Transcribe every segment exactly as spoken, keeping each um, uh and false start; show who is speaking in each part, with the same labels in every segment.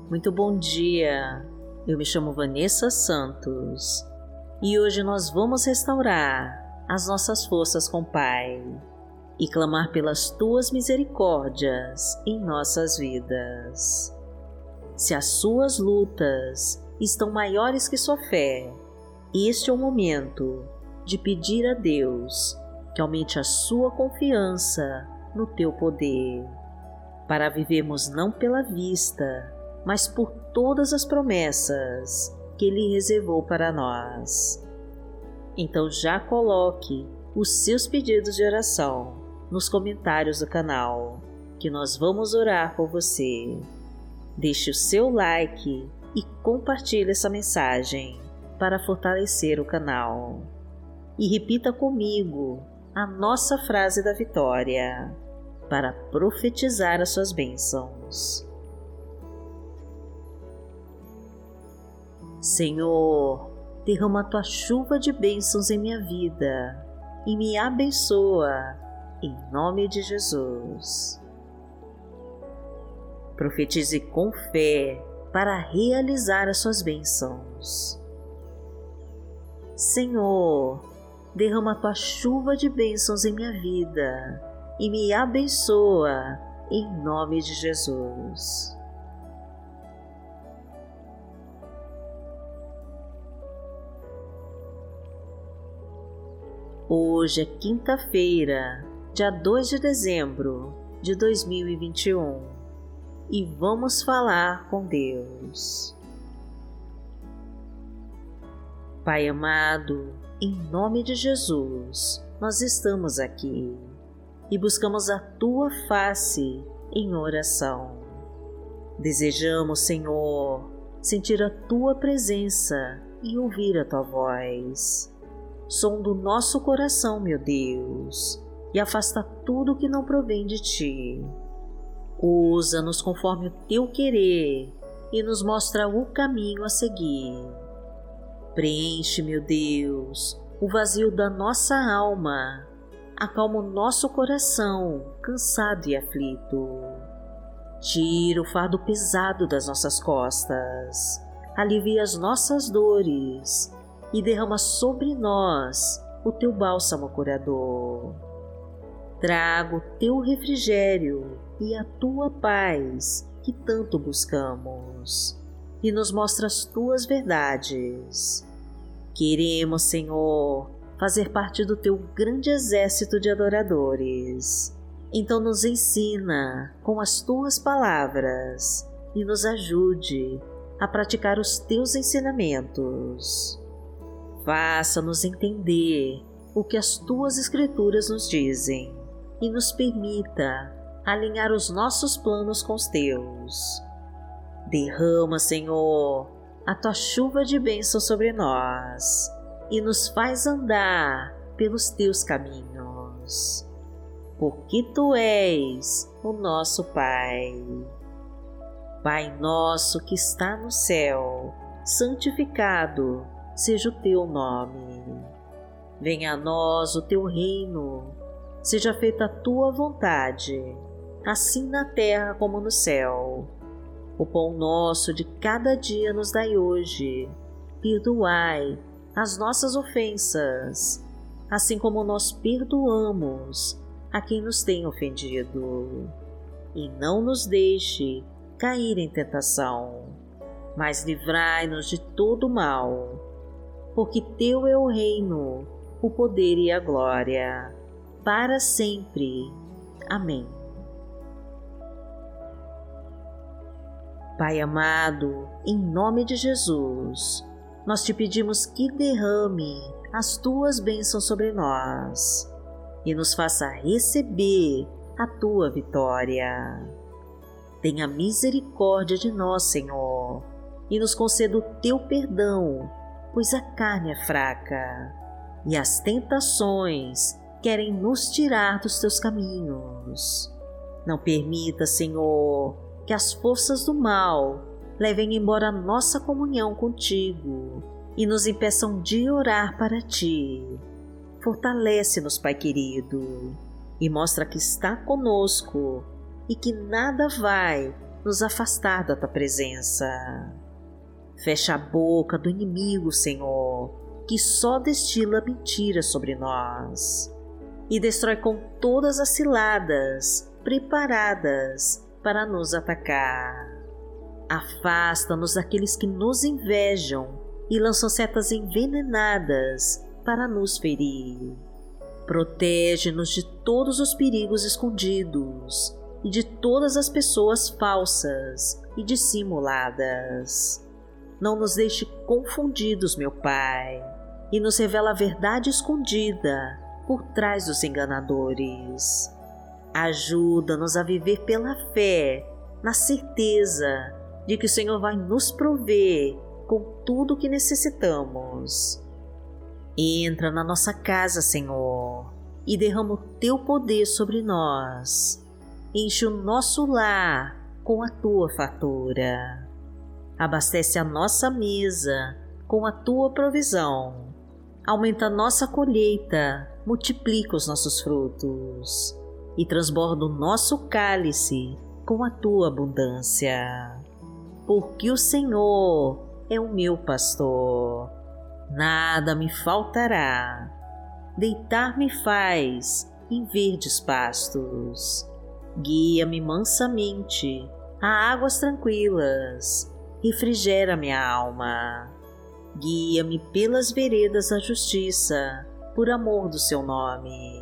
Speaker 1: Muito bom dia, eu me chamo Vanessa Santos e hoje nós vamos restaurar as nossas forças com o Pai e clamar pelas Tuas misericórdias em nossas vidas. Se as suas lutas estão maiores que sua fé, este é o momento de pedir a Deus que aumente a sua confiança no Teu poder, para vivermos não pela vista, mas por todas as promessas que Ele reservou para nós. Então já coloque os seus pedidos de oração nos comentários do canal, que nós vamos orar por você. Deixe o seu like e compartilhe essa mensagem para fortalecer o canal. E repita comigo a nossa frase da vitória para profetizar as suas bênçãos. Senhor, derrama a Tua chuva de bênçãos em minha vida e me abençoa, em nome de Jesus. Profetize com fé para realizar as suas bênçãos. Senhor, derrama a Tua chuva de bênçãos em minha vida e me abençoa, em nome de Jesus. Hoje é quinta-feira, dia dois de dezembro de dois mil e vinte e um, e vamos falar com Deus. Pai amado, em nome de Jesus, nós estamos aqui e buscamos a Tua face em oração. Desejamos, Senhor, sentir a Tua presença e ouvir a Tua voz. Som do nosso coração, meu Deus, e afasta tudo que não provém de Ti. Usa-nos conforme o Teu querer e nos mostra o caminho a seguir. Preenche, meu Deus, o vazio da nossa alma. Acalma o nosso coração, cansado e aflito. Tira o fardo pesado das nossas costas. Alivia as nossas dores e derrama sobre nós o Teu bálsamo curador. Traga o Teu refrigério e a Tua paz que tanto buscamos, e nos mostra as Tuas verdades. Queremos, Senhor, fazer parte do Teu grande exército de adoradores. Então nos ensina com as Tuas palavras e nos ajude a praticar os Teus ensinamentos. Faça-nos entender o que as Tuas Escrituras nos dizem e nos permita alinhar os nossos planos com os Teus. Derrama, Senhor, a Tua chuva de bênção sobre nós e nos faz andar pelos Teus caminhos, porque Tu és o nosso Pai. Pai nosso que está no céu, santificado seja o Teu nome. Venha a nós o Teu reino, seja feita a Tua vontade, assim na terra como no céu. O pão nosso de cada dia nos dai hoje. Perdoai as nossas ofensas, assim como nós perdoamos a quem nos tem ofendido. E não nos deixe cair em tentação, mas livrai-nos de todo mal, porque Teu é o reino, o poder e a glória, para sempre. Amém. Pai amado, em nome de Jesus, nós Te pedimos que derrame as Tuas bênçãos sobre nós e nos faça receber a Tua vitória. Tenha misericórdia de nós, Senhor, e nos conceda o Teu perdão, pois a carne é fraca e as tentações querem nos tirar dos Teus caminhos. Não permita, Senhor, que as forças do mal levem embora a nossa comunhão contigo e nos impeçam de orar para Ti. Fortalece-nos, Pai querido, e mostra que está conosco e que nada vai nos afastar da Tua presença. Fecha a boca do inimigo, Senhor, que só destila mentira sobre nós, e destrói com todas as ciladas preparadas para nos atacar. Afasta-nos daqueles que nos invejam e lançam setas envenenadas para nos ferir. Protege-nos de todos os perigos escondidos e de todas as pessoas falsas e dissimuladas. Não nos deixe confundidos, meu Pai, e nos revela a verdade escondida por trás dos enganadores. Ajuda-nos a viver pela fé, na certeza de que o Senhor vai nos prover com tudo o que necessitamos. Entra na nossa casa, Senhor, e derrama o Teu poder sobre nós. Enche o nosso lar com a Tua fartura. Abastece a nossa mesa com a Tua provisão. Aumenta a nossa colheita, multiplica os nossos frutos e transborda o nosso cálice com a Tua abundância. Porque o Senhor é o meu pastor, nada me faltará. Deitar-me faz em verdes pastos. Guia-me mansamente a águas tranquilas. Refrigera minha alma. Guia-me pelas veredas da justiça, por amor do Seu nome.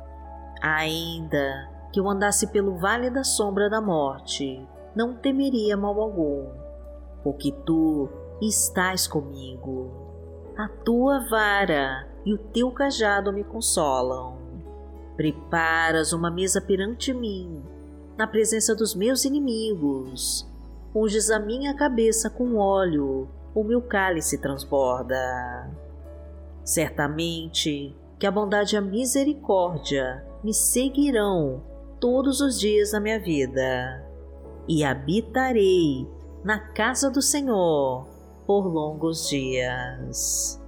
Speaker 1: Ainda que eu andasse pelo vale da sombra da morte, não temeria mal algum, porque Tu estás comigo. A Tua vara e o Teu cajado me consolam. Preparas uma mesa perante mim, na presença dos meus inimigos. Unges a minha cabeça com óleo, o meu cálice transborda. Certamente que a bondade e a misericórdia me seguirão todos os dias da minha vida, e habitarei na casa do Senhor por longos dias.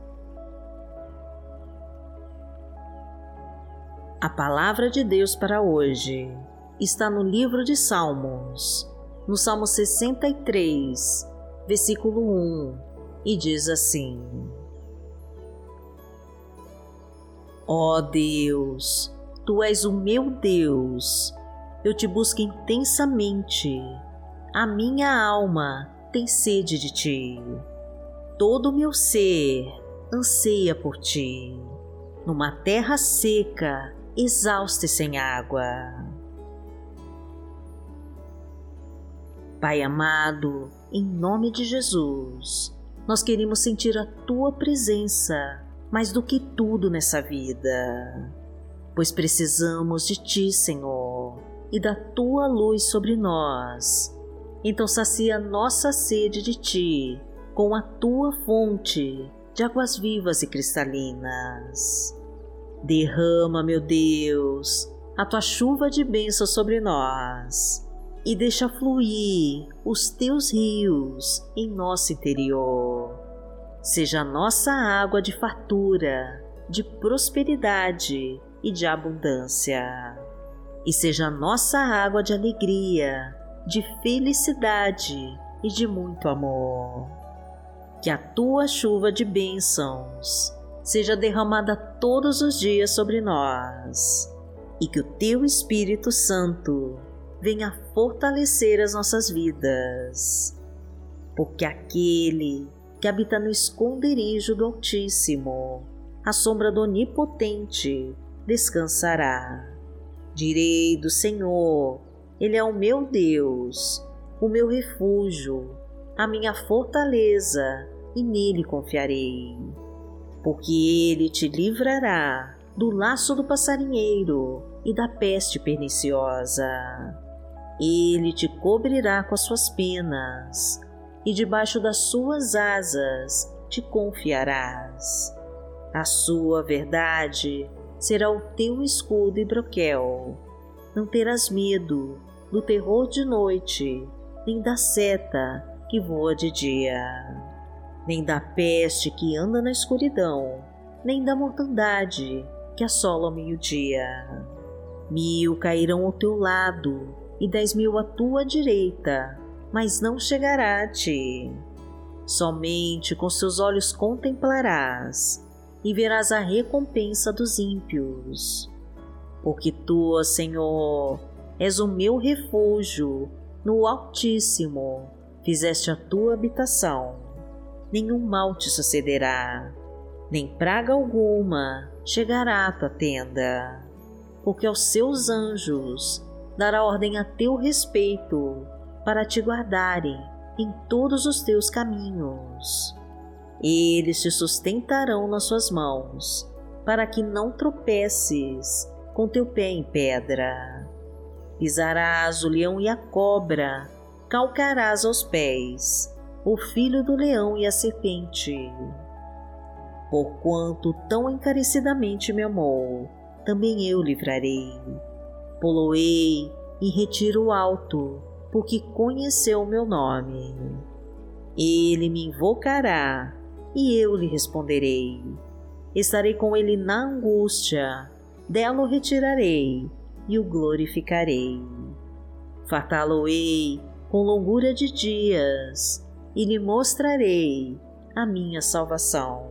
Speaker 1: A palavra de Deus para hoje está no livro de Salmos, no Salmo sessenta e três, versículo um, e diz assim: Ó Deus, Tu és o meu Deus, eu Te busco intensamente, a minha alma tem sede de Ti, todo o meu ser anseia por Ti, numa terra seca, exausta e sem água. Pai amado, em nome de Jesus, nós queremos sentir a Tua presença mais do que tudo nessa vida, pois precisamos de Ti, Senhor, e da Tua luz sobre nós. Então sacia nossa sede de Ti com a Tua fonte de águas vivas e cristalinas. Derrama, meu Deus, a Tua chuva de bênção sobre nós e deixa fluir os Teus rios em nosso interior. Seja a nossa água de fartura, de prosperidade e de abundância, e seja a nossa água de alegria, de felicidade e de muito amor. Que a Tua chuva de bênçãos seja derramada todos os dias sobre nós, e que o Teu Espírito Santo venha fortalecer as nossas vidas, porque aquele que habita no esconderijo do Altíssimo, à sombra do Onipotente, descansará. Direi do Senhor, Ele é o meu Deus, o meu refúgio, a minha fortaleza, e nele confiarei. Porque Ele te livrará do laço do passarinheiro e da peste perniciosa. Ele te cobrirá com as suas penas, e debaixo das suas asas te confiarás. A sua verdade será o teu escudo e broquel. Não terás medo do terror de noite, nem da seta que voa de dia, nem da peste que anda na escuridão, nem da mortandade que assola ao meio-dia. Mil cairão ao teu lado e dez mil à tua direita, mas não chegará a ti. Somente com seus olhos contemplarás e verás a recompensa dos ímpios. Porque tu, Senhor, és o meu refúgio, no Altíssimo fizeste a tua habitação. Nenhum mal te sucederá, nem praga alguma chegará à tua tenda, porque aos seus anjos dará ordem a teu respeito, para te guardarem em todos os teus caminhos. Eles te sustentarão nas suas mãos, para que não tropeces com teu pé em pedra. Pisarás o leão e a cobra, calcarás aos pés o filho do leão e a serpente. Porquanto tão encarecidamente me amou, também eu livrarei. Poloei em retiro alto, porque conheceu o meu nome. Ele me invocará, e eu lhe responderei. Estarei com ele na angústia, dela o retirarei e o glorificarei. Fartá-lo-ei com longura de dias, e lhe mostrarei a minha salvação.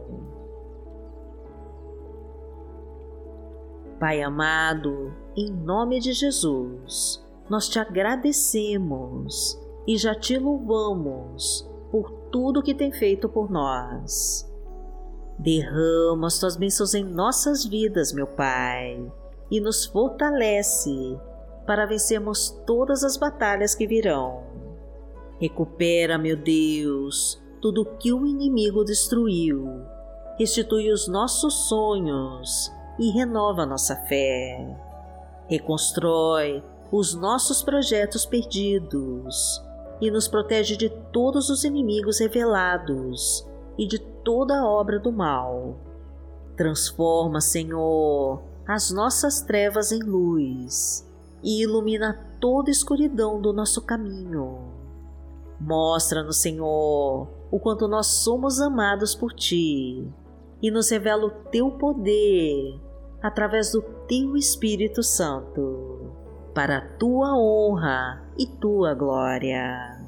Speaker 1: Pai amado, em nome de Jesus, nós te agradecemos e já te louvamos por tudo que tem feito por nós. Derrama as tuas bênçãos em nossas vidas, meu Pai, e nos fortalece para vencermos todas as batalhas que virão. Recupera, meu Deus, tudo que o inimigo destruiu, restitui os nossos sonhos e renova nossa fé. Reconstrói os nossos projetos perdidos e nos protege de todos os inimigos revelados e de toda obra do mal. Transforma, Senhor, as nossas trevas em luz e ilumina toda a escuridão do nosso caminho. Mostra-nos, Senhor, o quanto nós somos amados por Ti e nos revela o Teu poder através do Teu Espírito Santo, para a Tua honra e Tua glória.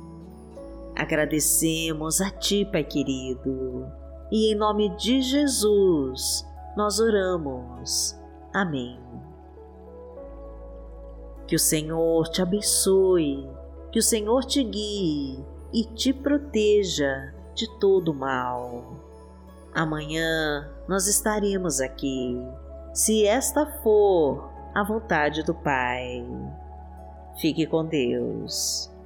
Speaker 1: Agradecemos a Ti, Pai querido, e em nome de Jesus nós oramos. Amém. Que o Senhor te abençoe, que o Senhor te guie e te proteja de todo o mal. Amanhã nós estaremos aqui, se esta for a vontade do Pai. Fique com Deus.